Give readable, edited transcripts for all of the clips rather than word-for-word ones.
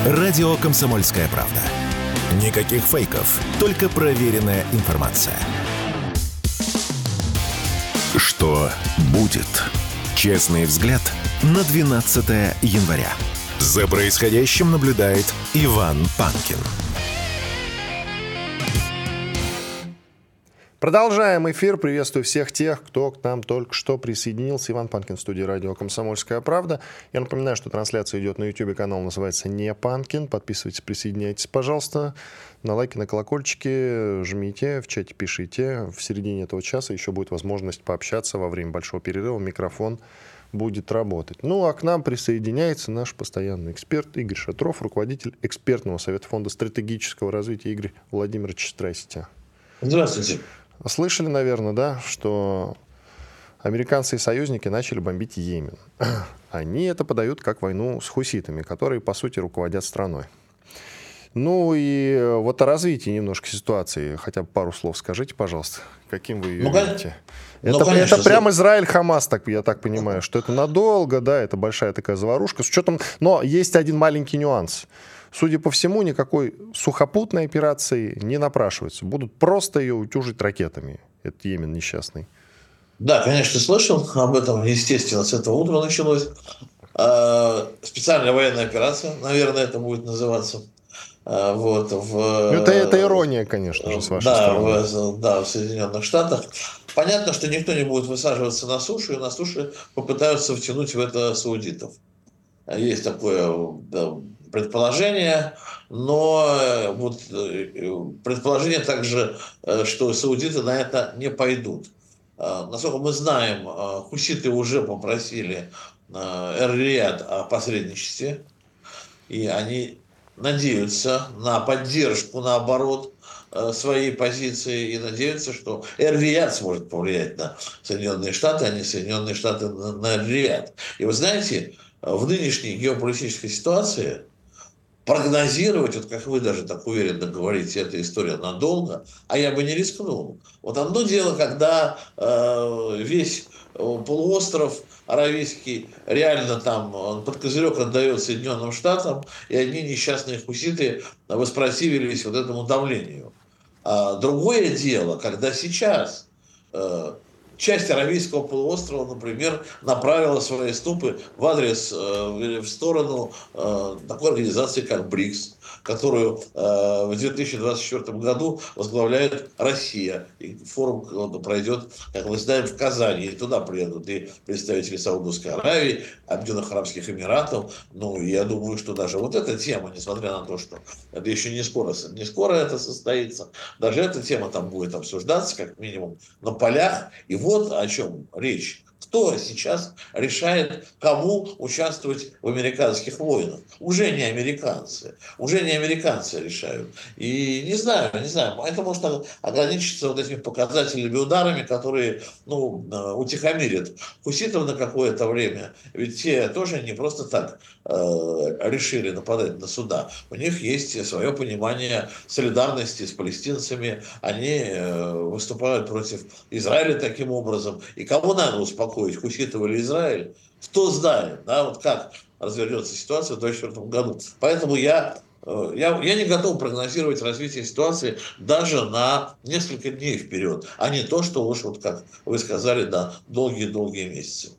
Радио «Комсомольская правда». Никаких фейков, только проверенная информация. Что будет? Честный взгляд на 12 января. За происходящим наблюдает Иван Панкин. Продолжаем эфир. Приветствую всех тех, кто к нам только что присоединился. Иван Панкин в студии радио «Комсомольская правда». Я напоминаю, что трансляция идет на YouTube. Канал называется «Не Панкин». Подписывайтесь, присоединяйтесь, пожалуйста. На лайки, на колокольчики жмите, в чате пишите. В середине этого часа еще будет возможность пообщаться во время большого перерыва. Микрофон будет работать. Ну, а к нам присоединяется наш постоянный эксперт Игорь Шатров, руководитель экспертного совета Фонда стратегического развития. Игорь Владимирович, здрасте. Здравствуйте. Слышали, наверное, да, что американцы и союзники начали бомбить Йемен. Они это подают как войну с хуситами, которые, по сути, руководят страной. Ну и вот о развитии немножко ситуации, хотя бы пару слов скажите, пожалуйста, каким вы ее видите? Это прям Израиль-Хамас, я так понимаю, что это надолго, да, это большая такая заварушка. С учетом, но есть один маленький нюанс. Судя по всему, никакой сухопутной операции не напрашивается. Будут просто ее утюжить ракетами. Это Йемен несчастный. Да, конечно, слышал об этом. Естественно, с этого утра началось. Специальная военная операция, наверное, это будет называться. Это ирония, конечно же, с вашей стороны. В Соединенных Штатах. Понятно, что никто не будет высаживаться на сушу, и на суше попытаются втянуть в это саудитов. Есть такое предположение, но предположение также, что саудиты на это не пойдут. Насколько мы знаем, хуситы уже попросили Эр-Рияд о посредничестве, и они надеются на поддержку, наоборот, своей позиции, и надеются, что Эр-Рияд сможет повлиять на Соединенные Штаты, а не Соединенные Штаты на Эр-Рияд. И вы знаете, в нынешней геополитической ситуации прогнозировать, вот как вы даже так уверенно говорите, эта история надолго, а я бы не рискнул. Вот одно дело, когда весь полуостров аравийский реально там под козырек отдает Соединенным Штатам, и одни несчастные хуситы воспротивились вот этому давлению. А другое дело, когда сейчас часть Аравийского полуострова, например, направила свои стопы в адрес, в сторону такой организации, как БРИКС, которую в 2024 году возглавляет Россия. И форум пройдет, как мы знаем, в Казани. И туда приедут и представители Саудовской Аравии, Объединенных Арабских Эмиратов. Ну, я думаю, что даже вот эта тема, несмотря на то, что это еще не скоро это состоится, даже эта тема там будет обсуждаться, как минимум, на полях. И вот о чем речь. Кто сейчас решает, кому участвовать в американских войнах? Уже не американцы решают. И не знаю, это может ограничиться вот этими показательными ударами, которые, утихомирят хуситов на какое-то время. Ведь те тоже не просто так решили нападать на суда. У них есть свое понимание солидарности с палестинцами. Они выступают против Израиля таким образом. И кого надо успокоить? Хуситов или Израиль, кто знает, да, вот как развернется ситуация в 2024 году. Поэтому я не готов прогнозировать развитие ситуации даже на несколько дней вперед, а не то, что уж, вот как вы сказали, да, долгие-долгие месяцы.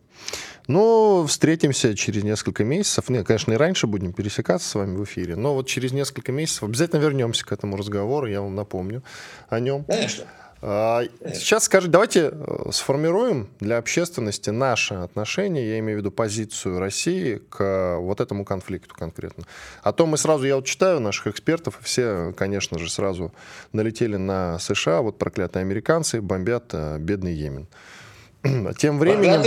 Ну, встретимся через несколько месяцев. Нет, конечно, и раньше будем пересекаться с вами в эфире, но вот через несколько месяцев обязательно вернемся к этому разговору, я вам напомню о нем. Конечно. Сейчас скажите, давайте сформируем для общественности наше отношение, я имею в виду позицию России к вот этому конфликту конкретно. А то я вот читаю наших экспертов, и все, конечно же, сразу налетели на США, вот проклятые американцы бомбят бедный Йемен. Тем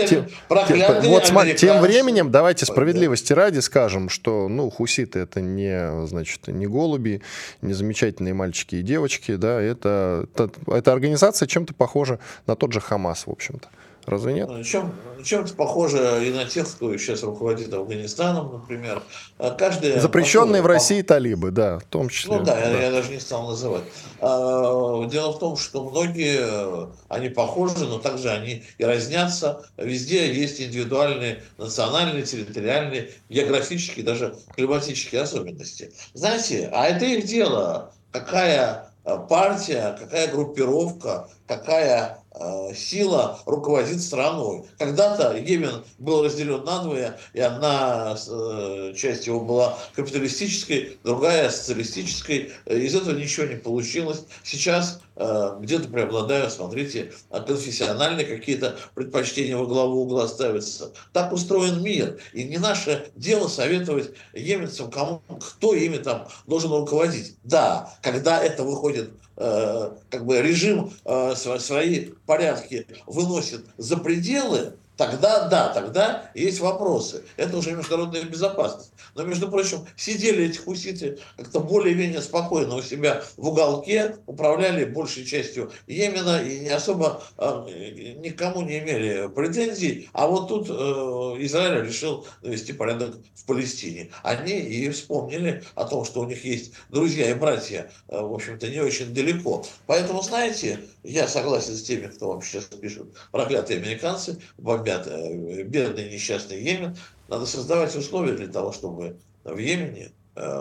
временем, давайте справедливости ради скажем, что хуситы это не голуби, не замечательные мальчики и девочки, да, это организация чем-то похожа на тот же Хамас, в общем-то. Разве нет? Чем-то похоже и на тех, кто сейчас руководит Афганистаном, например. Каждый Запрещенные в России талибы, да, в том числе. Ну да, да. я даже не стал называть. Дело в том, что многие, они похожи, но также они и разнятся. Везде есть индивидуальные национальные, территориальные, географические, даже климатические особенности. Знаете, а это их дело. Какая партия, какая группировка, какая сила руководит страной. Когда-то Йемен был разделен надвое, и одна часть его была капиталистической, другая социалистической. Из этого ничего не получилось. Сейчас где-то преобладают, смотрите, конфессиональные какие-то предпочтения во главу угла ставятся. Так устроен мир. И не наше дело советовать йеменцам, кто ими там должен руководить. Да, когда это выходит как бы режим свои порядки выносит за пределы, тогда да, тогда есть вопросы. Это уже международная безопасность. Но, между прочим, сидели эти хуситы как-то более-менее спокойно у себя в уголке, управляли большей частью Йемена и не особо никому не имели претензий. А вот тут Израиль решил навести порядок в Палестине. Они и вспомнили о том, что у них есть друзья и братья, в общем-то, не очень далеко. Поэтому, знаете, я согласен с теми, кто вам сейчас пишет, проклятые американцы бомбят бедный несчастный Йемен. Надо создавать условия для того, чтобы в Йемене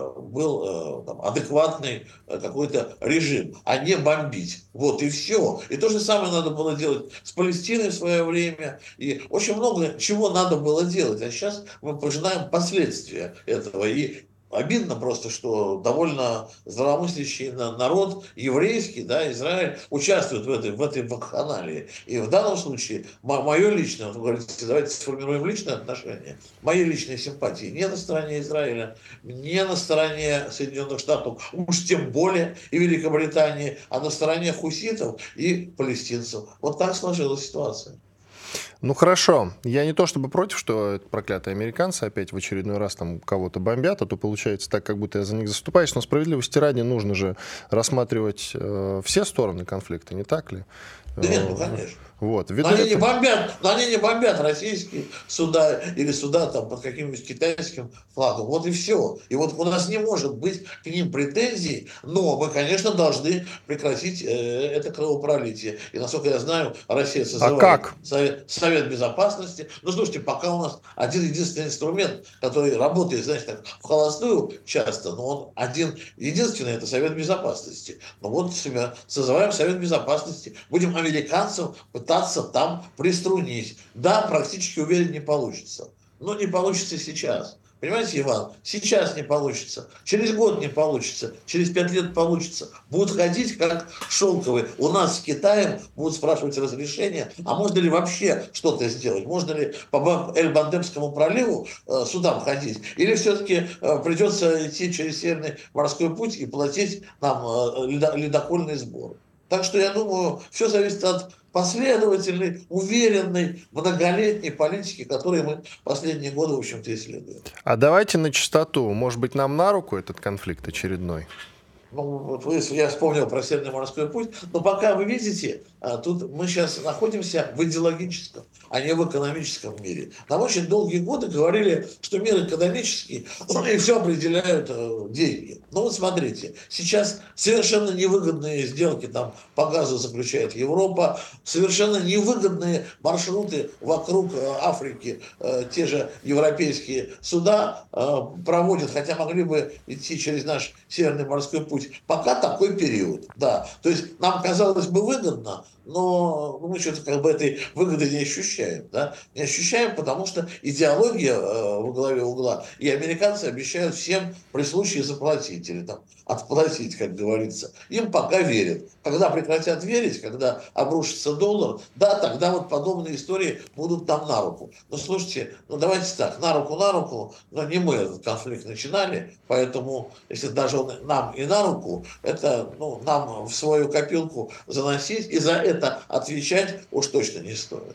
был там, адекватный какой-то режим, а не бомбить. Вот и все. И то же самое надо было делать с Палестиной в свое время. И очень много чего надо было делать. А сейчас мы пожинаем последствия этого. И обидно просто, что довольно здравомыслящий народ еврейский, да, Израиль, участвует в этой вакханалии. И в данном случае мое личное, вот вы говорите, давайте сформируем личные отношения, мои личные симпатии не на стороне Израиля, не на стороне Соединенных Штатов, уж тем более и Великобритании, а на стороне хуситов и палестинцев. Вот так сложилась ситуация. Ну хорошо, я не то чтобы против, что это проклятые американцы опять в очередной раз там кого-то бомбят, а то получается так, как будто я за них заступаюсь, но справедливости ради нужно же рассматривать все стороны конфликта, не так ли? Да нет, ну конечно. Вот. Но они не бомбят российские суда или суда там, под каким-нибудь китайским флагом. Вот и все. И вот у нас не может быть к ним претензий, но мы, конечно, должны прекратить это кровопролитие. И, насколько я знаю, Россия созывает Совет Безопасности. Ну, слушайте, пока у нас один единственный инструмент, который работает, знаете, так в холостую часто, но он один единственный, это Совет Безопасности. Ну вот созываем Совет Безопасности, будем американцам пытаться там приструнить. Да, практически уверен, не получится. Но не получится сейчас. Понимаете, Иван, сейчас не получится, через год не получится, через 5 лет получится. Будут ходить как шелковые. У нас с Китаем будут спрашивать разрешение, а можно ли вообще что-то сделать? Можно ли по Эль-Бандемскому проливу судам ходить? Или все-таки придется идти через Северный морской путь и платить нам ледокольный сбор? Так что я думаю, все зависит от последовательной, уверенной, многолетней политики, которую мы последние годы, в общем-то, исследуем. А давайте на чистоту. Может быть, нам на руку этот конфликт очередной? Ну, вот я вспомнил про Северный морской путь, но пока вы видите, тут мы сейчас находимся в идеологическом, а не в экономическом мире. Нам очень долгие годы говорили, что мир экономический, и все определяют деньги. Ну вот смотрите, сейчас совершенно невыгодные сделки там по газу заключает Европа, совершенно невыгодные маршруты вокруг Африки, те же европейские суда проводят, хотя могли бы идти через наш Северный морской путь. Пока такой период, да. То есть нам казалось бы выгодно, но мы что-то как бы этой выгоды не ощущаем, да. Не ощущаем, потому что идеология во главе угла, и американцы обещают всем при случае заплатить или там отплатить, как говорится. Им пока верят. Когда прекратят верить, когда обрушится доллар, да, тогда вот подобные истории будут нам на руку. Но слушайте, ну давайте так, на руку, но не мы этот конфликт начинали, поэтому, если даже он нам и на руку, это нам в свою копилку заносить и за это отвечать уж точно не стоит.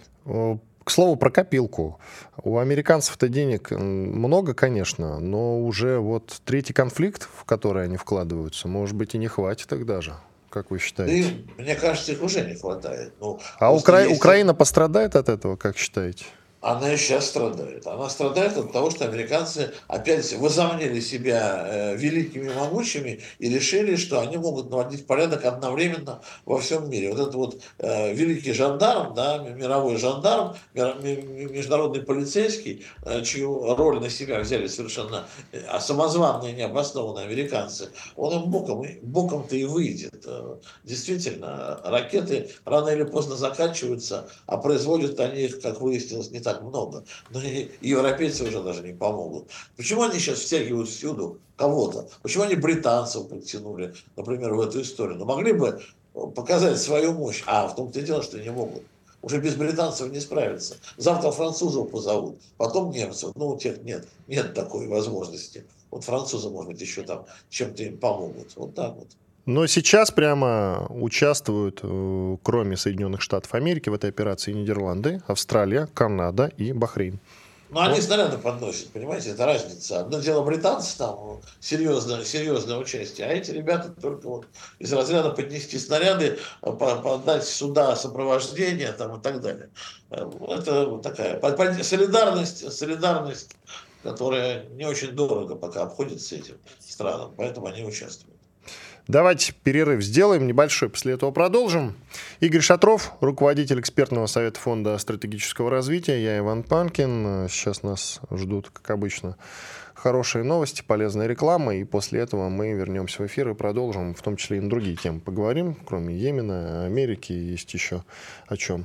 К слову про копилку. У американцев-то денег много, конечно, но уже вот третий конфликт, в который они вкладываются, может быть, и не хватит их даже. как вы Да считаете? и, мне кажется, их уже не хватает. Ну, А Украина пострадает от этого, как считаете? она и сейчас страдает. Она страдает от того, что американцы опять возомнили себя великими и могучими и решили, что они могут наводить порядок одновременно во всем мире. Вот этот вот великий жандарм, да, мировой жандарм, международный полицейский, чью роль на себя взяли совершенно самозванные, необоснованные американцы, он им боком-то и выйдет. Действительно, ракеты рано или поздно заканчиваются, а производят они их, как выяснилось, не так много. Но и европейцы уже даже не помогут. Почему они сейчас втягивают всюду кого-то? Почему они британцев подтянули, например, в эту историю? Но могли бы показать свою мощь. А в том-то и дело, что не могут. Уже без британцев не справиться. Завтра французов позовут, потом немцев. Ну, у тех нет такой возможности. Вот французы, может быть, еще там чем-то им помогут. Вот так вот. Но сейчас прямо участвуют, кроме Соединенных Штатов Америки, в этой операции Нидерланды, Австралия, Канада и Бахрейн. Ну, они снаряды подносят, понимаете, это разница. Одно дело британцы там серьезное участие, а эти ребята только вот из разряда поднести снаряды, подать сюда сопровождение там и так далее. Это такая солидарность, которая не очень дорого пока обходится этим странам, поэтому они участвуют. Давайте перерыв сделаем небольшой, после этого продолжим. Игорь Шатров, руководитель экспертного совета Фонда стратегического развития. Я Иван Панкин. Сейчас нас ждут, как обычно, хорошие новости, полезная реклама. И после этого мы вернемся в эфир и продолжим, в том числе и на другие темы поговорим. Кроме Йемена, Америки, есть еще о чем.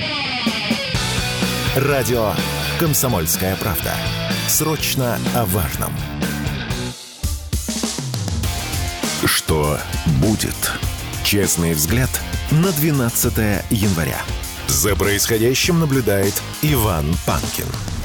Радио «Комсомольская правда». Срочно о важном. Что будет? Честный взгляд на 12 января. За происходящим наблюдает Иван Панкин.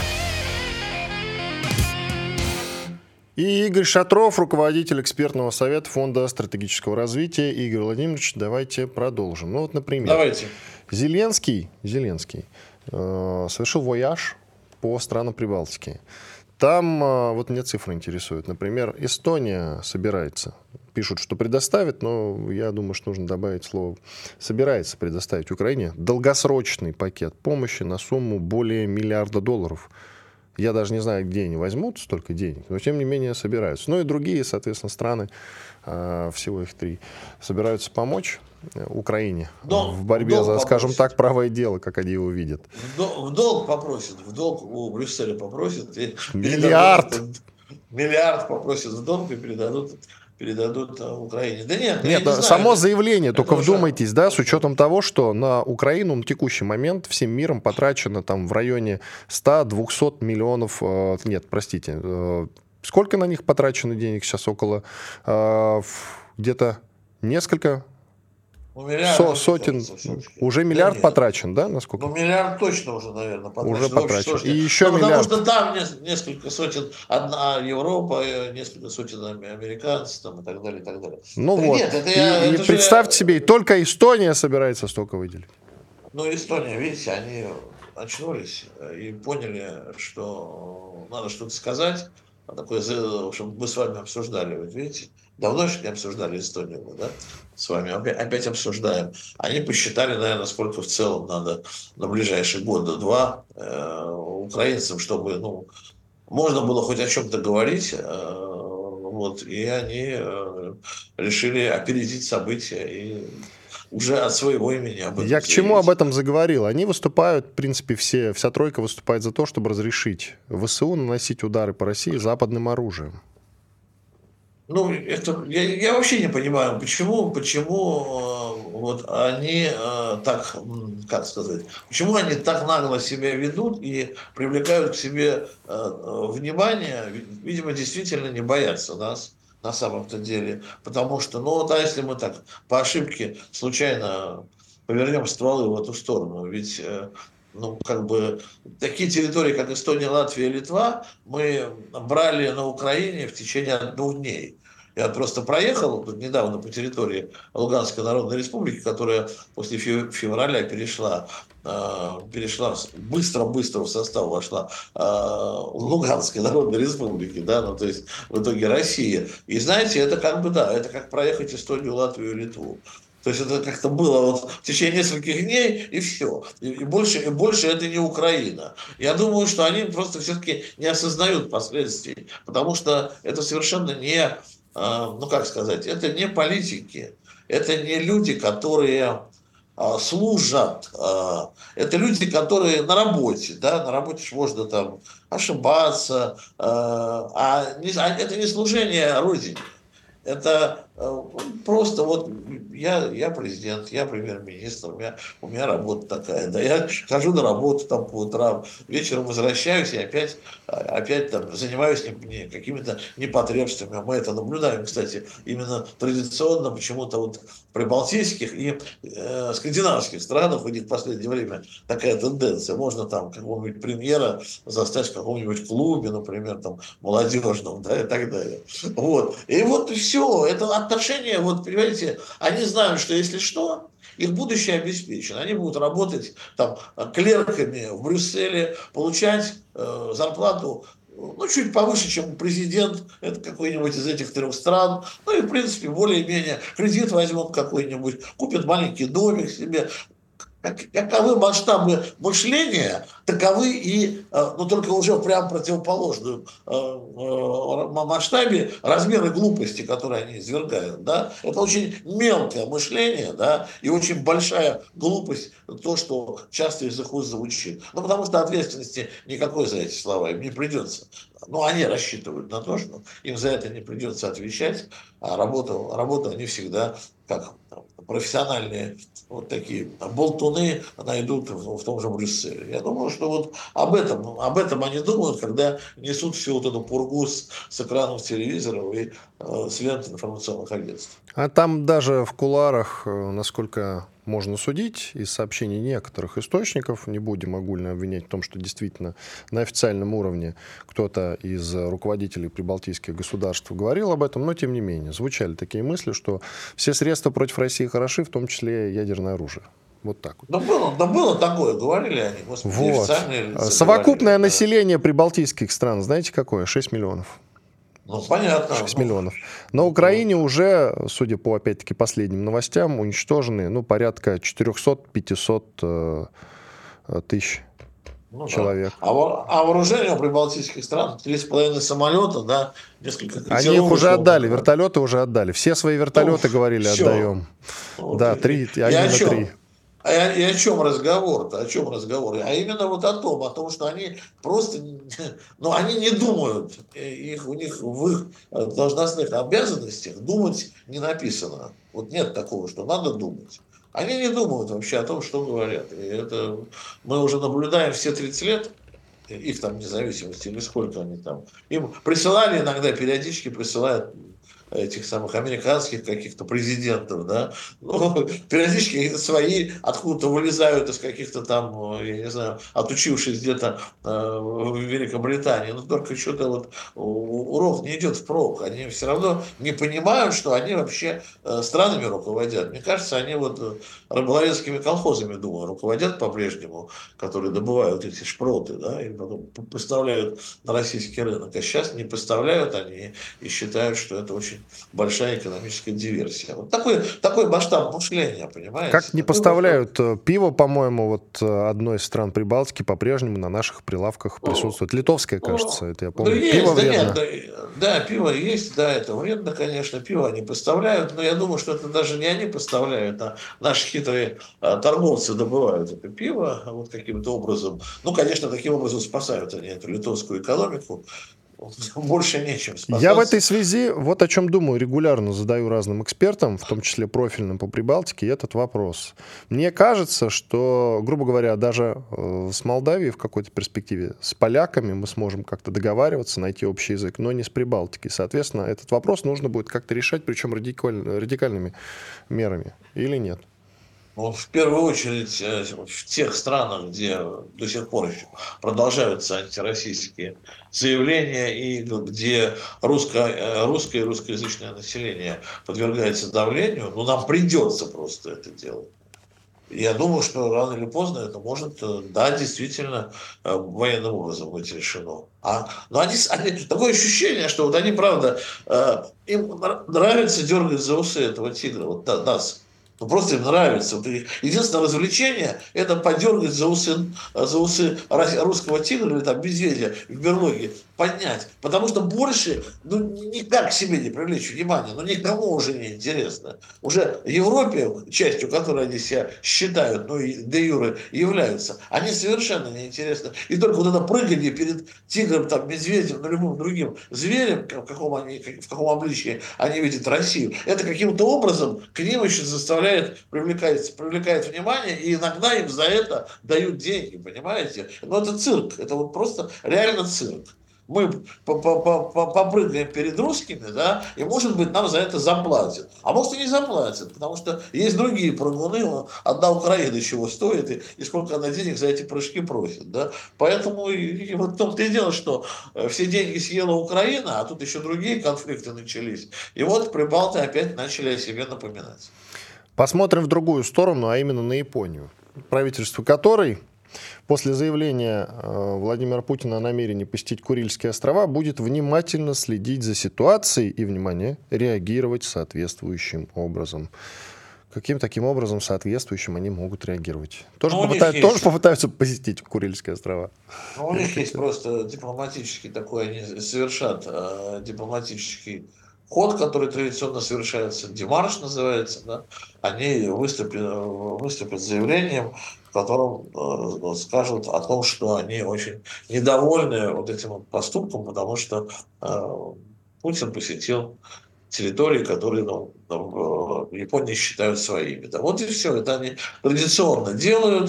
И Игорь Шатров, руководитель экспертного совета Фонда стратегического развития. Игорь Владимирович, давайте продолжим. Ну вот, например, Давайте. Зеленский совершил вояж по странам Прибалтики. Там вот меня цифры интересуют. Например, Эстония собирается. Пишут, что предоставит, но я думаю, что нужно добавить слово «собирается предоставить Украине» долгосрочный пакет помощи на сумму более $1 миллиарда. Я даже не знаю, где они возьмут столько денег, но тем не менее собираются. Ну и другие, соответственно, страны, всего их 3, собираются помочь Украине в борьбе за, скажем так, правое дело, как они его видят. В долг попросят, в долг у Брюсселя попросят. Миллиард попросят в долг и передадут Украине. Да нет, само заявление, только вдумайтесь, да, с учетом того, что на Украину на текущий момент всем миром потрачено там в районе 100-200 миллионов, сколько на них потрачено денег сейчас? Около где-то несколько сотен, уже миллиард потрачен, да, насколько? Ну, миллиард точно уже, наверное, потрачен. Уже потрачен. И еще миллиард. Потому что там несколько сотен, одна Европа, несколько сотен американцев там, и так далее, и так далее. Ну вот, и представьте себе, только Эстония собирается столько выделить. Ну, Эстония, видите, они очнулись и поняли, что надо что-то сказать. Такое, в общем, мы с вами обсуждали, вот видите, давно еще не обсуждали Эстонию, да, с вами опять обсуждаем. Они посчитали, наверное, сколько в целом надо на ближайший год-два украинцам, чтобы, можно было хоть о чем-то говорить, вот, и они решили опередить события и уже от своего имени об этом. Я к чему об этом заговорил? Они выступают, в принципе, вся тройка выступает за то, чтобы разрешить ВСУ наносить удары по России западным оружием. Ну, я вообще не понимаю, почему вот они так, как сказать, почему они так нагло себя ведут и привлекают к себе внимание, видимо, действительно не боятся нас на самом-то деле, потому что, а если мы так по ошибке случайно повернем стволы в эту сторону, ведь такие территории, как Эстония, Латвия и Литва, мы брали на Украине в течение 2 дней. Я просто проехал недавно по территории Луганской Народной Республики, которая после февраля перешла быстро в состав вошла Луганской Народной Республики, да, то есть в итоге Россия. И знаете, это это как проехать Эстонию, Латвию и Литву. То есть это как-то было вот в течение нескольких дней, и все. И больше это не Украина. Я думаю, что они просто все-таки не осознают последствий, потому что это совершенно не, ну как сказать, это не политики, это не люди, которые служат. Это люди, которые на работе, да, на работе ж можно там ошибаться, это не служение Родине. Это просто вот я президент, я премьер-министр, у меня работа такая, да, я хожу на работу там по утрам, вечером возвращаюсь и опять там занимаюсь какими-то непотребствами. Мы это наблюдаем, кстати, именно традиционно почему-то вот в прибалтийских и скандинавских странах у них в последнее время такая тенденция. Можно там какого-нибудь премьера застать в каком-нибудь клубе, например, там молодежном, да, и так далее. Вот. И вот все, это отношения, вот, понимаете, они знают, что если что, их будущее обеспечено. Они будут работать там клерками в Брюсселе, получать зарплату ну, чуть повыше, чем президент, это какой-нибудь из этих 3 стран. Ну и, в принципе, более-менее кредит возьмут какой-нибудь, купят маленький домик себе. Каковы масштабы мышления, таковы и, но только уже в прям противоположном масштабе размеры глупости, которые они извергают. Да? Это очень мелкое мышление, да, и очень большая глупость, то, что часто из их уст звучит. Ну, потому что ответственности никакой за эти слова им не придется. Но они рассчитывают на то, что им за это не придется отвечать, а работу они всегда, как профессиональные вот такие болтуны найдут в том же Брюсселе. Я думаю, что вот об этом они думают, когда несут всю вот эту пургу с экранов телевизоров и с лент информационных агентств. А там даже в кулуарах, насколько можно судить, из сообщений некоторых источников, не будем огульно обвинять в том, что действительно на официальном уровне кто-то из руководителей прибалтийских государств говорил об этом, но тем не менее звучали такие мысли, что все средства против России хороши, в том числе ядерное оружие. Вот так вот. Да было такое, говорили они. Господи, вот. Совокупное население прибалтийских стран, знаете какое? 6 миллионов. Ну, понятно. 6 миллионов. На Украине уже, судя по, опять-таки, последним новостям, уничтожены, порядка 400-500 тысяч человек. Да. А вооружение у прибалтийских стран 3,5 самолета, да, несколько котелов. Они их уже отдали, вертолеты уже отдали. Все свои вертолеты, говорили, все. Отдаем. Вот. Да, 3, они на 3. И о чем разговор-то? О чем разговор? А именно вот о том, что они просто, они не думают, у них в их должностных обязанностях думать не написано. Вот нет такого, что надо думать. Они не думают вообще о том, что говорят. И это мы уже наблюдаем все 30 лет, их там независимости, или сколько они там. Им присылали иногда, периодически присылают этих самых американских каких-то президентов, да, периодически какие-то свои откуда-то вылезают из каких-то там, я не знаю, отучившись где-то в Великобритании, но только что-то вот урок не идет впрок, они все равно не понимают, что они вообще странами руководят. Мне кажется, они вот рыболовецкими колхозами, думаю, руководят по-прежнему, которые добывают эти шпроты, да, и потом поставляют на российский рынок, а сейчас не поставляют они и считают, что это очень большая экономическая диверсия. Вот такой масштаб мышления, понимаете? Как не поставляют пиво, по-моему, вот одной из стран Прибалтики по-прежнему на наших прилавках присутствует. Литовское, кажется, это я помню. Есть, пиво вредно. Да, пиво есть, да, это вредно, конечно, пиво они поставляют, но я думаю, что это даже не они поставляют, а наши хитрые торговцы добывают это пиво вот каким-то образом. Ну, конечно, таким образом спасают они эту литовскую экономику. Больше нечем спасаться. Я в этой связи вот о чем думаю, регулярно задаю разным экспертам, в том числе профильным по Прибалтике, этот вопрос. Мне кажется, что, грубо говоря, даже с Молдавией в какой-то перспективе, с поляками мы сможем как-то договариваться, найти общий язык, но не с Прибалтикой. Соответственно, этот вопрос нужно будет как-то решать, причем радикальными мерами, или нет? В первую очередь в тех странах, где до сих пор еще продолжаются антироссийские заявления и где русское и русскоязычное население подвергается давлению, нам придется просто это делать. Я думаю, что рано или поздно это может, да, действительно военным образом быть решено. Но они такое ощущение, что вот они, правда, им нравится дергать за усы этого тигра, вот нас. Ну, просто им нравится. Единственное развлечение — это подергать за усы русского тигра или там медведя в берлоге, поднять. Потому что больше, ну, никак к себе не привлечь внимание, но никому уже не интересно. Уже Европе, частью которой они себя считают, ну и де юре являются, они совершенно не интересны. И только вот это прыгание перед тигром, там, медведем, ну, любым другим зверем, в каком обличии они видят Россию, это каким-то образом к ним еще привлекает внимание, и иногда им за это дают деньги, понимаете? Но это цирк, это вот просто реально цирк. Мы попрыгаем перед русскими, да, и, может быть, нам за это заплатят. А может, и не заплатят, потому что есть другие прыгуны, одна Украина чего стоит, и сколько она денег за эти прыжки просит, да. Поэтому и вот в том-то и дело, что все деньги съела Украина, а тут еще другие конфликты начались. И вот прибалты опять начали о себе напоминать. Посмотрим в другую сторону, а именно на Японию, правительство которой после заявления Владимира Путина о намерении посетить Курильские острова будет внимательно следить за ситуацией и, внимание, реагировать соответствующим образом. Каким таким образом соответствующим они могут реагировать? Тоже попытаются посетить Курильские острова? Ну, у них есть просто дипломатический такой, они совершат дипломатический ход, который традиционно совершается, демарш называется, да, они выступят с заявлением, в котором скажут о том, что они очень недовольны вот этим поступком, потому что Путин посетил территории, которые в Японии считают своими. Да, вот и все. Это они традиционно делают,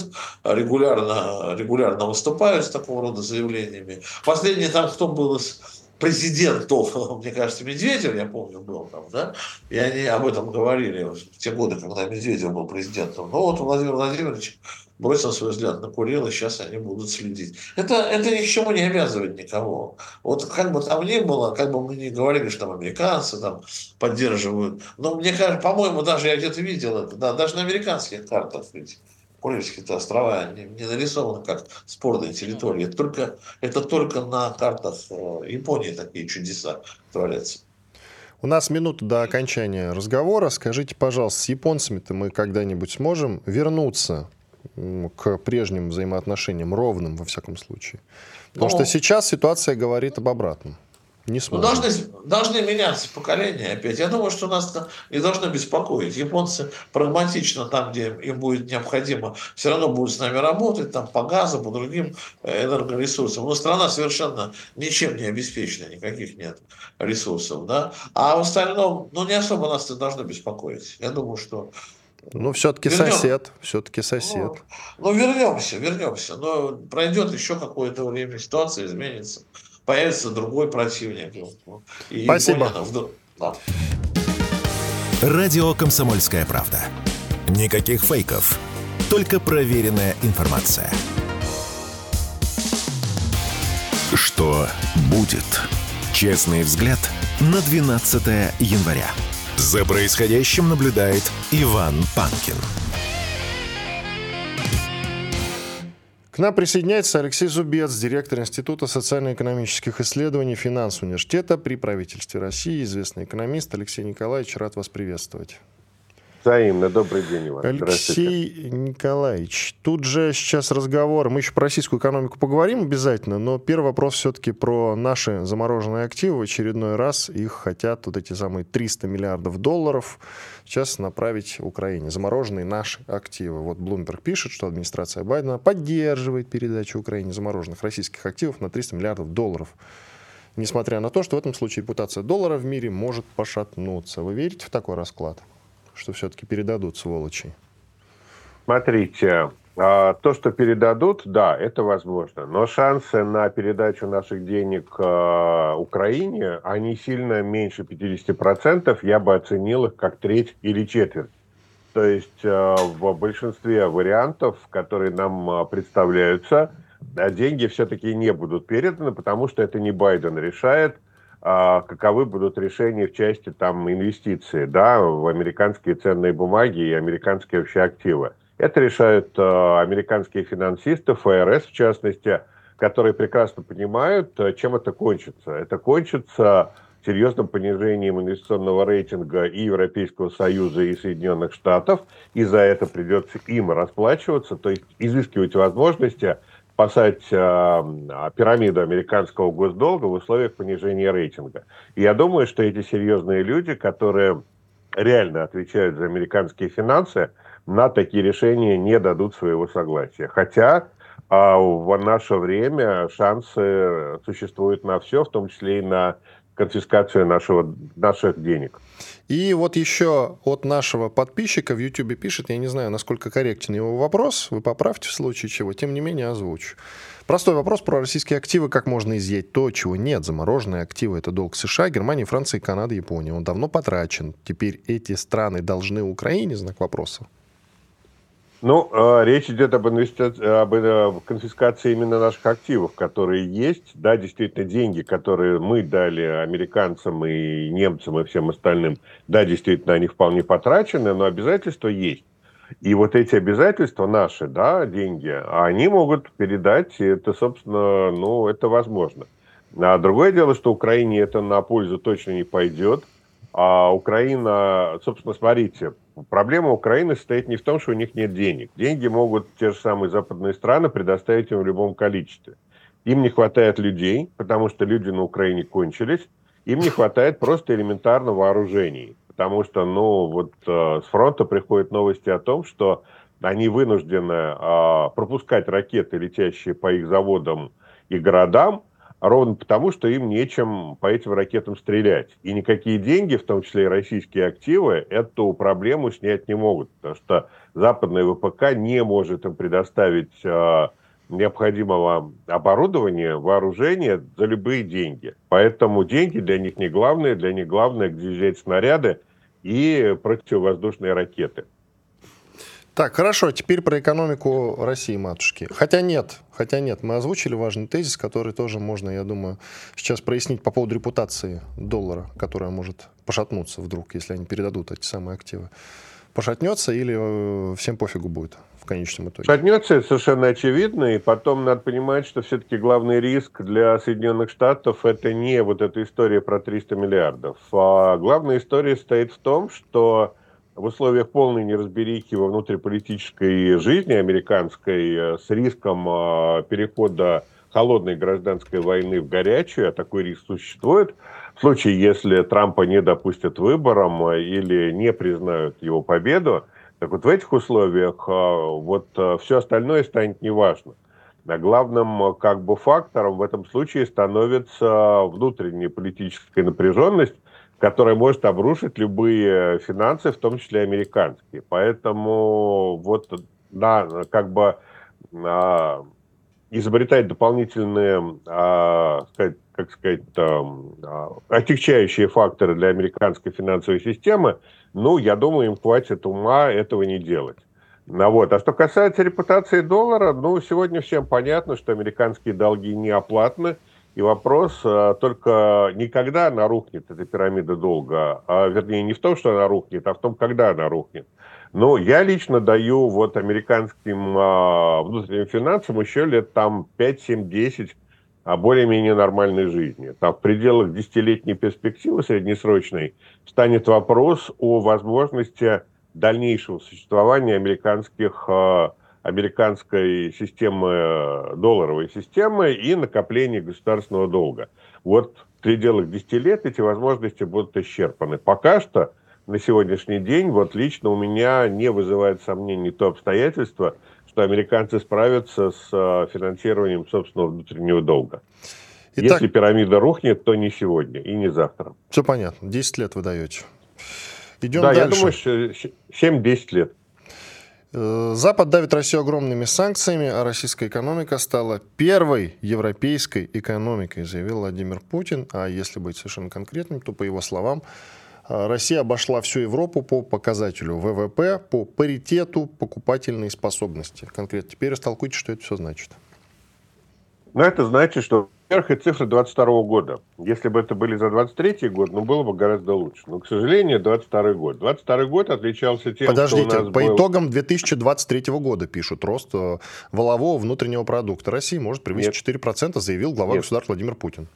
регулярно выступают с такого рода заявлениями. Последний там кто был из президентов, мне кажется, Медведев, я помню, был там, да, и они об этом говорили в те годы, когда Медведев был президентом. Но вот Владимир Владимирович бросил свой взгляд на Курил, и сейчас они будут следить. Это ни к чему не обязывает никого. Вот как бы там ни было, как бы мы ни говорили, что там американцы там поддерживают, но мне кажется, по-моему, даже я где-то видел это, да, даже на американских картах ведь Курильские острова не нарисованы как спорные территории. Это только на картах Японии такие чудеса творятся. У нас минута до окончания разговора. Скажите, пожалуйста, с японцами-то мы когда-нибудь сможем вернуться к прежним взаимоотношениям, ровным во всяком случае? Потому что сейчас ситуация говорит об обратном. Не сможем. Должны меняться поколения опять. Я думаю, что нас это не должно беспокоить. Японцы прагматично там, где им будет необходимо, все равно будут с нами работать, там по газу, по другим энергоресурсам. Но страна совершенно ничем не обеспечена, никаких нет ресурсов. Да? А в остальном, не особо нас это должно беспокоить. Я думаю, что все-таки сосед. Вернемся. Но пройдет еще какое-то время, ситуация изменится. Появится другой противник. И спасибо. Да. Радио «Комсомольская правда». Никаких фейков, только проверенная информация. Что будет? Честный взгляд на 12 января. За происходящим наблюдает Иван Панкин. К нам присоединяется Алексей Зубец, директор Института социально-экономических исследований Финансового университета при правительстве России, известный экономист. Алексей Николаевич, рад вас приветствовать. Взаимно. Добрый день, Иван. Алексей Николаевич, тут же сейчас разговор. Мы еще про российскую экономику поговорим обязательно, но первый вопрос все-таки про наши замороженные активы. В очередной раз их хотят вот эти самые 300 миллиардов долларов сейчас направить Украине. Замороженные наши активы. Вот Bloomberg пишет, что администрация Байдена поддерживает передачу Украине замороженных российских активов на 300 миллиардов долларов. Несмотря на то, что в этом случае репутация доллара в мире может пошатнуться. Вы верите в такой расклад? Что все-таки передадут сволочи? Смотрите, то, что передадут, да, это возможно. Но шансы на передачу наших денег Украине, они сильно меньше 50%. Я бы оценил их как треть или четверть. То есть в большинстве вариантов, которые нам представляются, деньги все-таки не будут переданы, потому что это не Байден решает, каковы будут решения в части инвестиций, да, в американские ценные бумаги и американские вообще активы. Это решают американские финансисты, ФРС в частности, которые прекрасно понимают, чем это кончится. Это кончится серьезным понижением инвестиционного рейтинга и Европейского Союза, и Соединенных Штатов, и за это придется им расплачиваться, то есть изыскивать возможности спасать пирамиду американского госдолга в условиях понижения рейтинга. И я думаю, что эти серьезные люди, которые реально отвечают за американские финансы, на такие решения не дадут своего согласия. Хотя в наше время шансы существуют на все, в том числе и на конфискацию наших денег. И вот еще от нашего подписчика в Ютубе пишет, я не знаю, насколько корректен его вопрос, вы поправьте в случае чего, тем не менее озвучу. Простой вопрос про российские активы, как можно изъять то, чего нет. Замороженные активы — это долг США, Германии, Франции, Канады, Японии. Он давно потрачен. Теперь эти страны должны Украине, знак вопроса? Ну, речь идет об конфискации именно наших активов, которые есть. Да, действительно, деньги, которые мы дали американцам и немцам и всем остальным, да, действительно, они вполне потрачены, но обязательства есть. И вот эти обязательства наши, да, деньги, они могут передать, и это, собственно, ну, это возможно. А другое дело, что Украине это на пользу точно не пойдет. А Украина, собственно, смотрите, проблема Украины состоит не в том, что у них нет денег. Деньги могут те же самые западные страны предоставить им в любом количестве. Им не хватает людей, потому что люди на Украине кончились. Им не хватает просто элементарно вооружений. Потому что, ну, вот с фронта приходят новости о том, что они вынуждены пропускать ракеты, летящие по их заводам и городам, ровно потому, что им нечем по этим ракетам стрелять. И никакие деньги, в том числе и российские активы, эту проблему снять не могут. Потому что западная ВПК не может им предоставить необходимого оборудования, вооружения за любые деньги. Поэтому деньги для них не главное. Для них главное, где взять снаряды и противовоздушные ракеты. Так, хорошо, теперь про экономику России, матушки. Хотя нет, мы озвучили важный тезис, который тоже можно, я думаю, сейчас прояснить по поводу репутации доллара, которая может пошатнуться вдруг, если они передадут эти самые активы. Пошатнется или всем пофигу будет в конечном итоге? Пошатнется, это совершенно очевидно, и потом надо понимать, что все-таки главный риск для Соединенных Штатов это не вот эта история про 300 миллиардов, а главная история стоит в том, что в условиях полной неразберихи во внутриполитической жизни американской с риском перехода холодной гражданской войны в горячую, а такой риск существует, в случае, если Трампа не допустят выборам или не признают его победу, так вот в этих условиях вот все остальное станет неважно. А главным как бы фактором в этом случае становится внутренняя политическая напряженность, которая может обрушить любые финансы, в том числе американские. Поэтому вот как бы изобретать дополнительные, отягчающие факторы для американской финансовой системы, ну, я думаю, им хватит ума этого не делать. Вот. А что касается репутации доллара, ну, сегодня всем понятно, что американские долги не оплатны. И вопрос только не когда она рухнет, эта пирамида долга, вернее, не в том, что она рухнет, а в том, когда она рухнет. Но я лично даю вот американским внутренним финансам еще лет там 5, 7, 10 более-менее нормальной жизни. Там в пределах 10-летней перспективы среднесрочной станет вопрос о возможности дальнейшего существования американской системы, долларовой системы и накопления государственного долга. Вот в пределах 10 лет эти возможности будут исчерпаны. Пока что, на сегодняшний день, вот лично у меня не вызывает сомнений то обстоятельство, что американцы справятся с финансированием собственного внутреннего долга. Итак, если пирамида рухнет, то не сегодня и не завтра. Все понятно. 10 лет вы даете. Идем дальше. Я думаю, 7-10 лет. Запад давит Россию огромными санкциями, а российская экономика стала первой европейской экономикой, заявил Владимир Путин. А если быть совершенно конкретным, то, по его словам, Россия обошла всю Европу по показателю ВВП, по паритету покупательной способности. Конкретно теперь растолкуйте, что это все значит. Ну, это значит, что вверх и цифры 22 года. Если бы это были за 23 год, ну, было бы гораздо лучше. Но, к сожалению, 22 год. 22 год отличался тем, Подождите, что у нас по итогам 2023 года пишут рост валового внутреннего продукта России может превысить 4%, заявил глава государства Владимир Путин.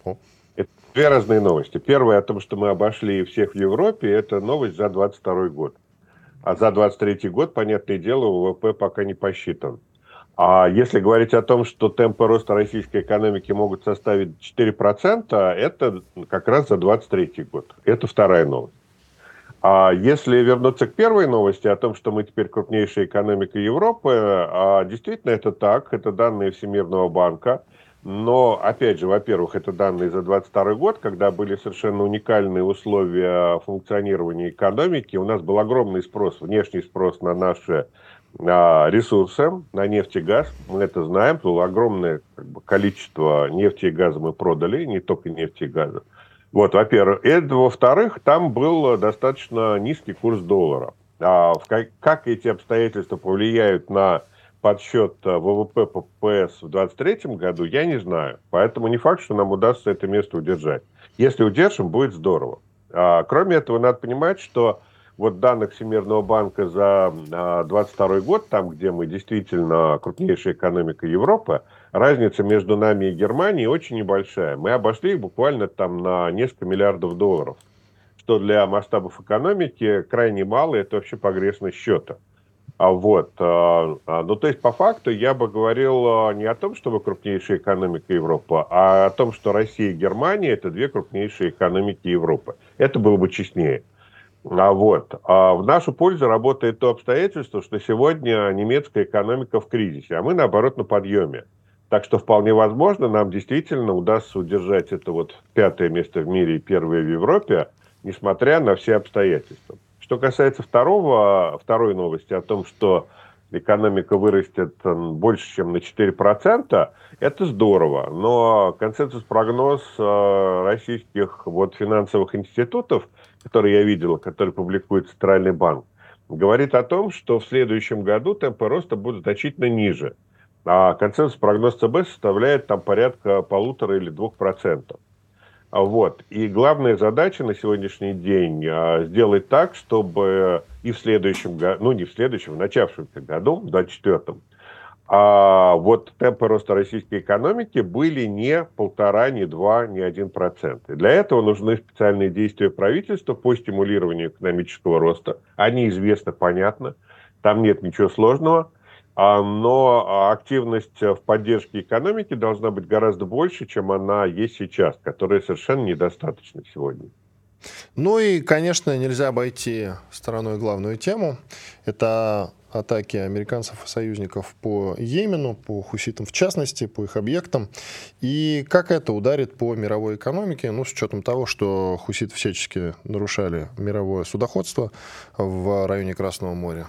Это две разные новости. Первая о том, что мы обошли всех в Европе, это новость за 2022 год. А за 2023 год, понятное дело, ВВП пока не посчитан. А если говорить о том, что темпы роста российской экономики могут составить 4%, это как раз за 2023 год. Это вторая новость. А если вернуться к первой новости о том, что мы теперь крупнейшая экономика Европы, действительно это так, это данные Всемирного банка. Но, опять же, во-первых, это данные за 2022 год, когда были совершенно уникальные условия функционирования экономики. У нас был огромный спрос, внешний спрос на наши ресурсы, на нефть и газ. Мы это знаем, было огромное количество нефти и газа мы продали, не только нефти и газа. Вот, во-первых. И, во-вторых, там был достаточно низкий курс доллара. Как эти обстоятельства повлияют на подсчет ВВП по ППС в 2023 году, я не знаю. Поэтому не факт, что нам удастся это место удержать. Если удержим, будет здорово. Кроме этого, надо понимать, что вот данных Всемирного банка за 2022 год, там, где мы действительно крупнейшая экономика Европы, разница между нами и Германией очень небольшая. Мы обошли их буквально там на несколько миллиардов долларов, что для масштабов экономики крайне мало, это вообще погрешность счета. Ну, то есть, по факту, я бы говорил не о том, что мы крупнейшая экономика Европы, а о том, что Россия и Германия – это две крупнейшие экономики Европы. Это было бы честнее. В нашу пользу работает то обстоятельство, что сегодня немецкая экономика в кризисе, а мы, наоборот, на подъеме. Так что вполне возможно, нам действительно удастся удержать это вот 5-е место в мире и 1-е в Европе, несмотря на все обстоятельства. Что касается второй новости о том, что экономика вырастет больше, чем на 4%, это здорово. Но консенсус-прогноз российских финансовых институтов, которые я видел, которые публикует Центральный банк, говорит о том, что в следующем году темпы роста будут значительно ниже. А консенсус-прогноз ЦБ составляет там порядка 1,5 или 2%. И главная задача на сегодняшний день сделать так, чтобы и в следующем году, в начавшемся году, в 2024, темпы роста российской экономики были не 1,5, не 2, не 1%. И для этого нужны специальные действия правительства по стимулированию экономического роста. Они известны, понятно, там нет ничего сложного. Но активность в поддержке экономики должна быть гораздо больше, чем она есть сейчас, которая совершенно недостаточна сегодня. Ну и, конечно, нельзя обойти стороной главную тему. Это атаки американцев и союзников по Йемену, по хуситам в частности, по их объектам. И как это ударит по мировой экономике, с учетом того, что хуситы всячески нарушали мировое судоходство в районе Красного моря.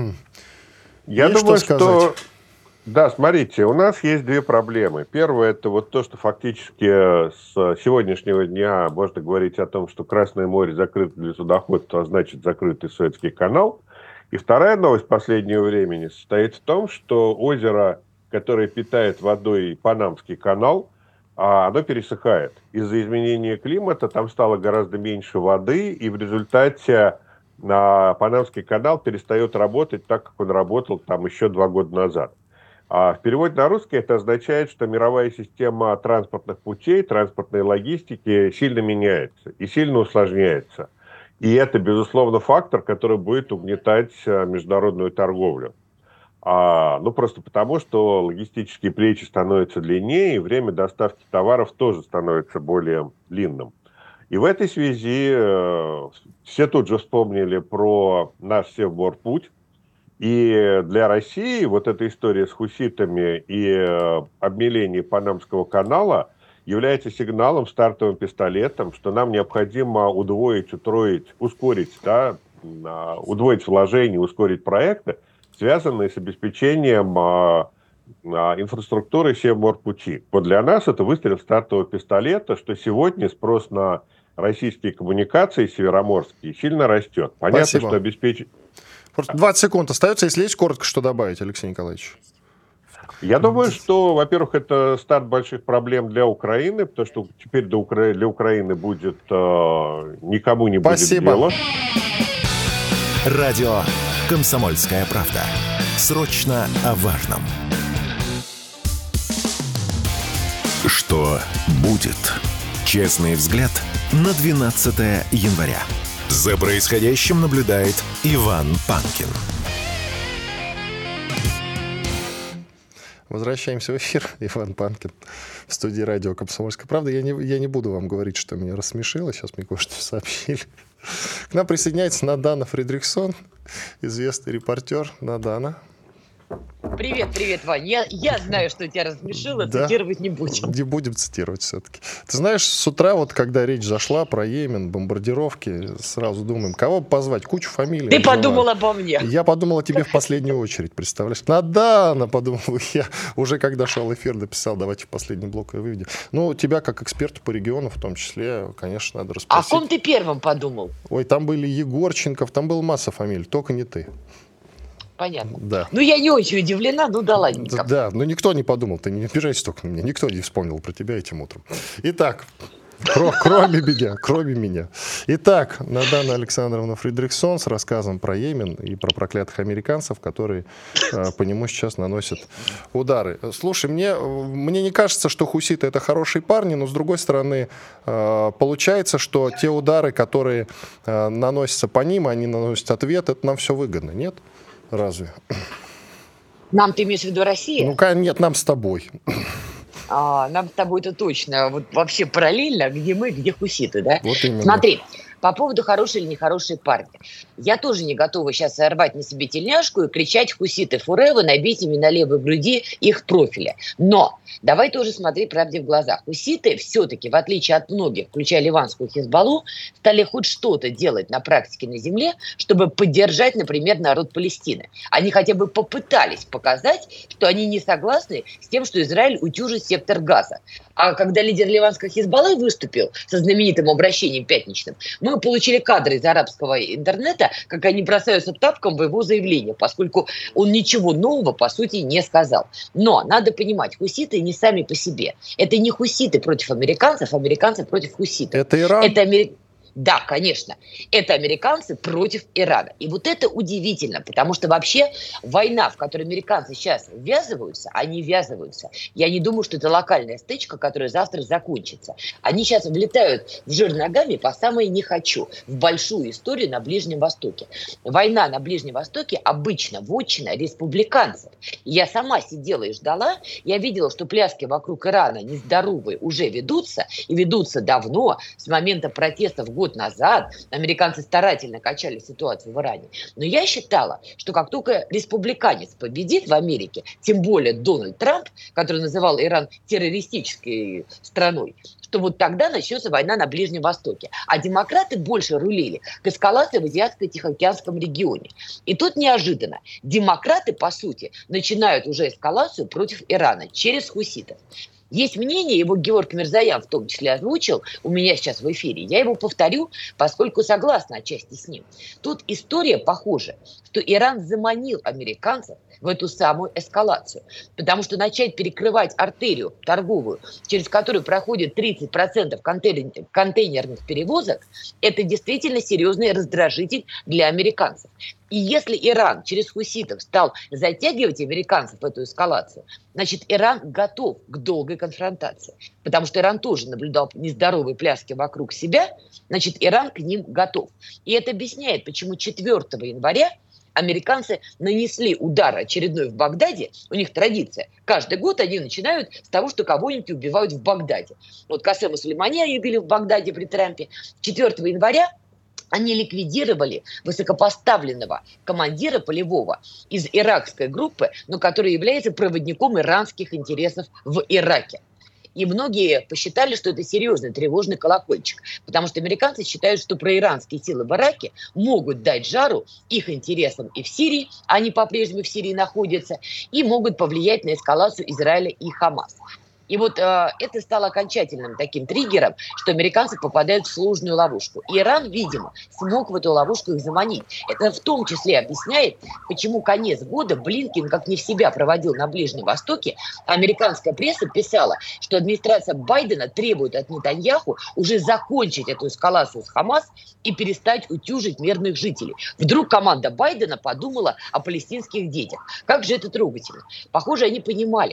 Я думаю, что... Да, смотрите, у нас есть две проблемы. Первая – это то, что фактически с сегодняшнего дня можно говорить о том, что Красное море закрыто для судоходства, а значит закрытый Суэцкий канал. И вторая новость последнего времени состоит в том, что озеро, которое питает водой Панамский канал, оно пересыхает. Из-за изменения климата там стало гораздо меньше воды, и в результате Панамский канал перестает работать так, как он работал там еще 2 года назад. В переводе на русский это означает, что мировая система транспортных путей, транспортной логистики сильно меняется и сильно усложняется. И это, безусловно, фактор, который будет угнетать международную торговлю. Просто потому, что логистические плечи становятся длиннее, и время доставки товаров тоже становится более длинным. И в этой связи все тут же вспомнили про наш Севморпуть. И для России эта история с хуситами и обмеление Панамского канала является сигналом, стартовым пистолетом, что нам необходимо удвоить вложения, ускорить проекты, связанные с обеспечением инфраструктуры Севморпути. Для нас это выстрел стартового пистолета, что сегодня спрос на российские коммуникации североморские сильно растет. Понятно, Спасибо. Что обеспечить... Просто 20 секунд остается. Если есть коротко что добавить, Алексей Николаевич? Я думаю, что, во-первых, это старт больших проблем для Украины, потому что теперь для Украины будет никому не будет дела. Радио «Комсомольская правда». Срочно о важном. Что будет? Честный взгляд на 12 января. За происходящим наблюдает Иван Панкин. Возвращаемся в эфир. Иван Панкин в студии радио «Комсомольская правда». Я не буду вам говорить, что меня рассмешило. Сейчас мне кое-что сообщили. К нам присоединяется Надана Фридрихсон, известный репортер. Надана. Привет, Вань. Я знаю, что тебя рассмешило, да? Цитировать не будем. Не будем цитировать все-таки. Ты знаешь, с утра, вот когда речь зашла про Йемен, бомбардировки, сразу думаем, кого позвать? Кучу фамилий. Ты подумал обо мне. Я подумал о тебе в последнюю очередь, представляешь? Надана, подумал я. Уже когда шел эфир, написал, давайте в последний блок ее выведем. Ну, тебя, как эксперта по региону, в том числе, конечно, надо расспросить. О ком ты первым подумал? Ой, там были Егорченков, там была масса фамилий, только не ты. Понятно. Да. Ну, я не очень удивлена, ну да ладненько. Да, но никто не подумал, ты не обижайся только на меня, никто не вспомнил про тебя этим утром. Итак, кроме меня. Итак, Надана Александровна Фридрихсон с рассказом про Йемен и про проклятых американцев, которые по нему сейчас наносят удары. Слушай, мне не кажется, что хуситы — это хорошие парни, но, с другой стороны, получается, что те удары, которые наносятся по ним, они наносят ответ, это нам все выгодно, нет? Разве? Нам ты имеешь в виду Россия? Ну, нет, нам с тобой. Нам с тобой это точно. Вот вообще параллельно, где мы, где хуситы, да? Вот именно. Смотри, по поводу хорошие или нехорошие парни. Я тоже не готова сейчас рвать на себе тельняшку и кричать хуситы фуревы, набить ими на левой груди их профиля. Но давай тоже смотреть правде в глаза. Хуситы все-таки, в отличие от многих, включая ливанскую Хизбаллу, стали хоть что-то делать на практике на земле, чтобы поддержать, например, народ Палестины. Они хотя бы попытались показать, что они не согласны с тем, что Израиль утюжит сектор Газа. А когда лидер ливанской Хизбаллы выступил со знаменитым обращением пятничным, мы получили кадры из арабского интернета, как они бросаются тапком в его заявление, поскольку он ничего нового, по сути, не сказал. Но надо понимать, хуситы не сами по себе. Это не хуситы против американцев, американцы против хуситов. Это Иран? Да, конечно. Это американцы против Ирана. И вот это удивительно, потому что вообще война, в которой американцы сейчас ввязываются, они ввязываются. Я не думаю, что это локальная стычка, которая завтра закончится. Они сейчас влетают в жир ногами по самое не хочу в большую историю на Ближнем Востоке. Война на Ближнем Востоке обычно вотчина республиканцев. Я сама сидела и ждала. Я видела, что пляски вокруг Ирана нездоровые уже ведутся, и ведутся давно, с момента протестов год назад. Американцы старательно качали ситуацию в Иране. Но я считала, что как только республиканец победит в Америке, тем более Дональд Трамп, который называл Иран террористической страной, что вот тогда начнется война на Ближнем Востоке. А демократы больше рулили к эскалации в Азиатско-Тихоокеанском регионе. И тут неожиданно демократы, по сути, начинают уже эскалацию против Ирана через хуситов. Есть мнение, его Георг Мирзоян в том числе озвучил у меня сейчас в эфире. Я его повторю, поскольку согласна отчасти с ним. Тут история похожа, что Иран заманил американцев в эту самую эскалацию. Потому что начать перекрывать артерию торговую, через которую проходит 30% контейнерных перевозок, это действительно серьезный раздражитель для американцев. И если Иран через хуситов стал затягивать американцев в эту эскалацию, значит, Иран готов к долгой конфронтации. Потому что Иран тоже наблюдал нездоровые пляски вокруг себя, значит, Иран к ним готов. И это объясняет, почему 4 января американцы нанесли удар очередной в Багдаде. У них традиция. Каждый год они начинают с того, что кого-нибудь убивают в Багдаде. Вот Касема Сулеймани они убили в Багдаде при Трампе. 4 января они ликвидировали высокопоставленного командира полевого из иракской группы, но который является проводником иранских интересов в Ираке. И многие посчитали, что это серьезный тревожный колокольчик, потому что американцы считают, что проиранские силы в Ираке могут дать жару их интересам и в Сирии, они по-прежнему в Сирии находятся, и могут повлиять на эскалацию Израиля и Хамас. И вот это стало окончательным таким триггером, что американцы попадают в сложную ловушку. Иран, видимо, смог в эту ловушку их заманить. Это в том числе объясняет, почему конец года Блинкен как не в себя проводил на Ближнем Востоке. Американская пресса писала, что администрация Байдена требует от Нетаньяху уже закончить эту эскалацию с Хамас и перестать утюжить мирных жителей. Вдруг команда Байдена подумала о палестинских детях. Как же это трогательно. Похоже, они понимали, что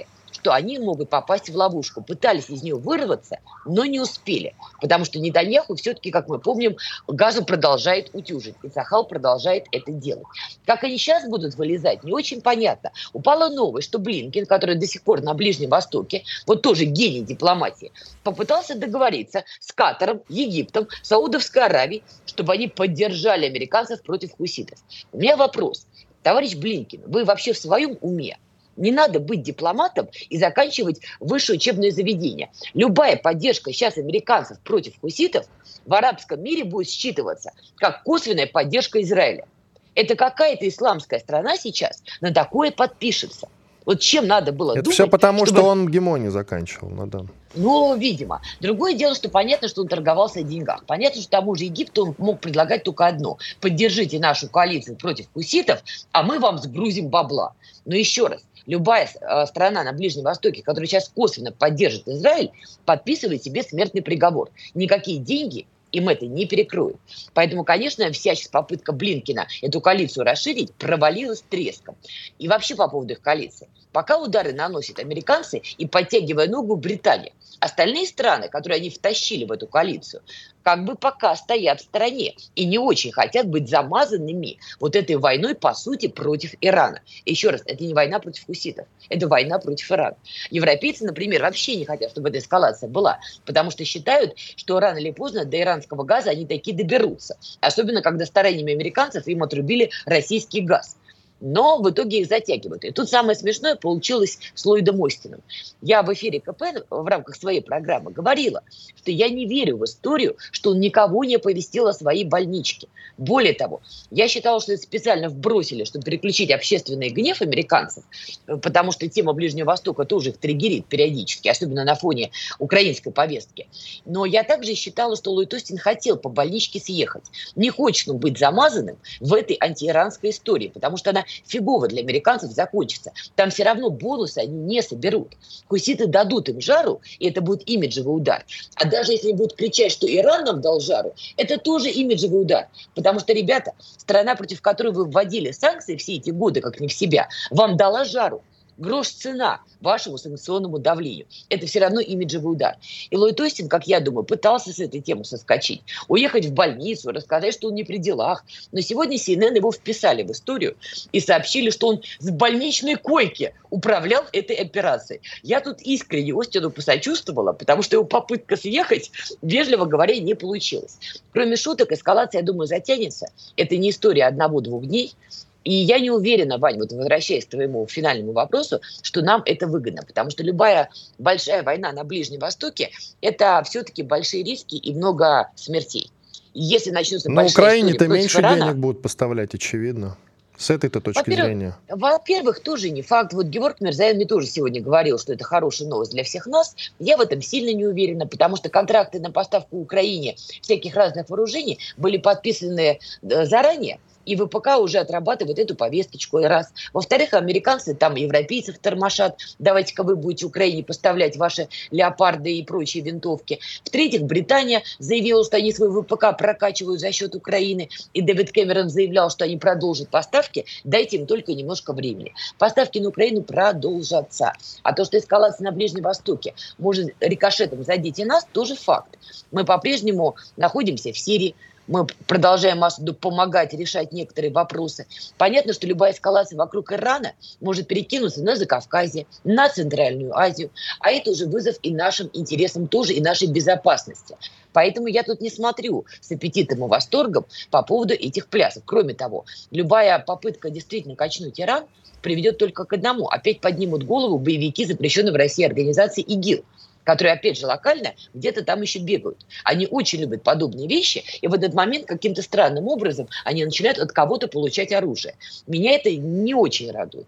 факту они могут попасть в ловушку. Пытались из нее вырваться, но не успели. Потому что Нетаньяху все-таки, как мы помним, Газу продолжает утюжить. И Цахал продолжает это делать. Как они сейчас будут вылезать, не очень понятно. Упала новость, что Блинкен, который до сих пор на Ближнем Востоке, вот тоже гений дипломатии, попытался договориться с Катаром, Египтом, Саудовской Аравией, чтобы они поддержали американцев против хуситов. У меня вопрос. Товарищ Блинкен, вы вообще в своем уме? Не надо быть дипломатом и заканчивать высшее учебное заведение. Любая поддержка сейчас американцев против хуситов в арабском мире будет считываться как косвенная поддержка Израиля. Это какая-то исламская страна сейчас на такое подпишется. Вот чем надо было думать... Это все потому, что он гемонию заканчивал, Надан. Ну, видимо. Другое дело, что понятно, что он торговался о деньгах. Понятно, что тому же Египту он мог предлагать только одно. Поддержите нашу коалицию против хуситов, а мы вам сгрузим бабла. Но еще раз, любая страна на Ближнем Востоке, которая сейчас косвенно поддержит Израиль, подписывает себе смертный приговор. Никакие деньги им это не перекроют. Поэтому, конечно, вся сейчас попытка Блинкена эту коалицию расширить провалилась треском. И вообще по поводу их коалиции. Пока удары наносят американцы и, подтягивая ногу, Британия. Остальные страны, которые они втащили в эту коалицию, как бы пока стоят в стороне и не очень хотят быть замазанными вот этой войной, по сути, против Ирана. Еще раз, это не война против хуситов, это война против Ирана. Европейцы, например, вообще не хотят, чтобы эта эскалация была, потому что считают, что рано или поздно до иранского газа они таки доберутся. Особенно, когда стараниями американцев им отрубили российский газ. Но в итоге их затягивают. И тут самое смешное получилось с Ллойдом Остином. Я в эфире КП в рамках своей программы говорила, что я не верю в историю, что он никого не оповестил о своей больничке. Более того, я считала, что это специально вбросили, чтобы переключить общественный гнев американцев, потому что тема Ближнего Востока тоже их триггерит периодически, особенно на фоне украинской повестки. Но я также считала, что Ллойд Остин хотел по больничке съехать. Не хочет он быть замазанным в этой антииранской истории, потому что она фигово для американцев закончится. Там все равно бонусы они не соберут. Хуситы дадут им жару, и это будет имиджевый удар. А даже если они будут кричать, что Иран нам дал жару, это тоже имиджевый удар. Потому что, ребята, страна, против которой вы вводили санкции все эти годы, как не в себя, вам дала жару. Грош цена вашему санкционному давлению. Это все равно имиджевый удар. И Ллойд Остин, как я думаю, пытался с этой темы соскочить. Уехать в больницу, рассказать, что он не при делах. Но сегодня CNN его вписали в историю и сообщили, что он с больничной койки управлял этой операцией. Я тут искренне Остину посочувствовала, потому что его попытка съехать, вежливо говоря, не получилась. Кроме шуток, эскалация, я думаю, затянется. Это не история 1-2 дней. И я не уверена, Вань, вот возвращаясь к твоему финальному вопросу, что нам это выгодно, потому что любая большая война на Ближнем Востоке – это все-таки большие риски и много смертей. И если начнется большая история Украине-то меньше Ирана, денег будут поставлять, очевидно. С этой-то точки зрения. Во-первых, тоже не факт. Вот Геворг Мирзоян мне тоже сегодня говорил, что это хорошая новость для всех нас. Я в этом сильно не уверена, потому что контракты на поставку Украине всяких разных вооружений были подписаны заранее. И ВПК уже отрабатывает эту повесточку, раз. Во-вторых, американцы там европейцев тормошат. Давайте-ка вы будете Украине поставлять ваши леопарды и прочие винтовки. В-третьих, Британия заявила, что они свой ВПК прокачивают за счет Украины. И Дэвид Кэмерон заявлял, что они продолжат поставки. Дайте им только немножко времени. Поставки на Украину продолжатся. А то, что эскалация на Ближнем Востоке может рикошетом задеть и нас, тоже факт. Мы по-прежнему находимся в Сирии. Мы продолжаем Асаду помогать решать некоторые вопросы. Понятно, что любая эскалация вокруг Ирана может перекинуться на Закавказье, на Центральную Азию. А это уже вызов и нашим интересам тоже, и нашей безопасности. Поэтому я тут не смотрю с аппетитом и восторгом по поводу этих плясов. Кроме того, любая попытка действительно качнуть Иран приведет только к одному. Опять поднимут голову боевики запрещенной в России организации ИГИЛ, которые, опять же, локально где-то там еще бегают. Они очень любят подобные вещи, и в этот момент каким-то странным образом они начинают от кого-то получать оружие. Меня это не очень радует.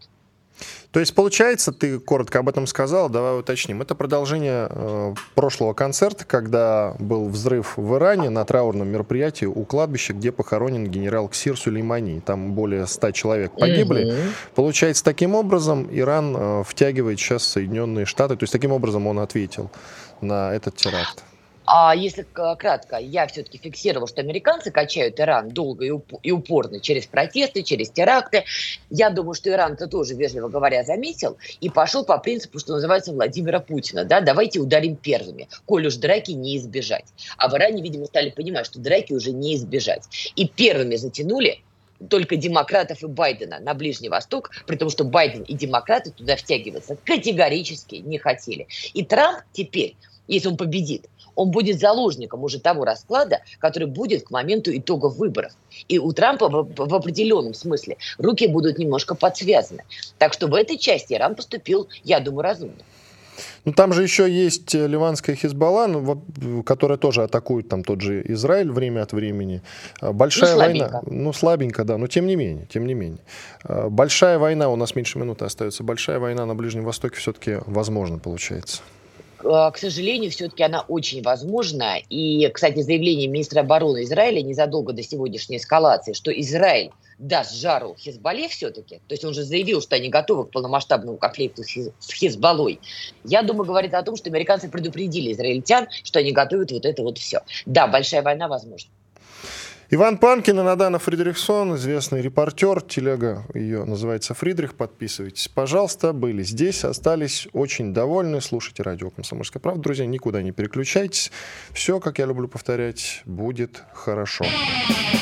То есть, получается, ты коротко об этом сказал, давай уточним. Это продолжение прошлого концерта, когда был взрыв в Иране на траурном мероприятии у кладбища, где похоронен генерал Ксир Сулеймани. Там более 100 человек погибли. Получается, таким образом Иран втягивает сейчас Соединенные Штаты. То есть, таким образом он ответил на этот теракт. А если кратко, я все-таки фиксировал, что американцы качают Иран долго и упорно через протесты, через теракты. Я думаю, что Иран это тоже, вежливо говоря, заметил и пошел по принципу, что называется, Владимира Путина. Да? Давайте ударим первыми, коль уж драки не избежать. А в Иране, видимо, стали понимать, что драки уже не избежать. И первыми затянули только демократов и Байдена на Ближний Восток, при том, что Байден и демократы туда втягиваться категорически не хотели. И Трамп теперь, если он победит, он будет заложником уже того расклада, который будет к моменту итогов выборов. И у Трампа в определенном смысле руки будут немножко подсвязаны. Так что в этой части Иран поступил, я думаю, разумно. Ну, там же еще есть ливанская Хизбалла, которая тоже атакует там тот же Израиль время от времени. Большая война. Ну, слабенько, да, но тем не менее. Большая война, у нас меньше минуты остается, большая война на Ближнем Востоке все-таки возможно получается. К сожалению, все-таки она очень возможна. И, кстати, заявление министра обороны Израиля незадолго до сегодняшней эскалации, что Израиль даст жару Хизбалле все-таки, то есть он же заявил, что они готовы к полномасштабному конфликту с Хизбаллой, я думаю, говорит о том, что американцы предупредили израильтян, что они готовят вот это вот все. Да, большая война возможна. Иван Панкин и Надана Фридрихсон, известный репортер, телега ее называется «Фридрих», подписывайтесь, пожалуйста, были здесь, остались очень довольны, слушайте радио «Комсомольская правда», друзья, никуда не переключайтесь, все, как я люблю повторять, будет хорошо.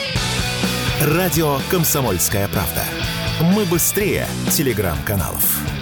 Радио «Комсомольская правда». Мы быстрее телеграм-каналов.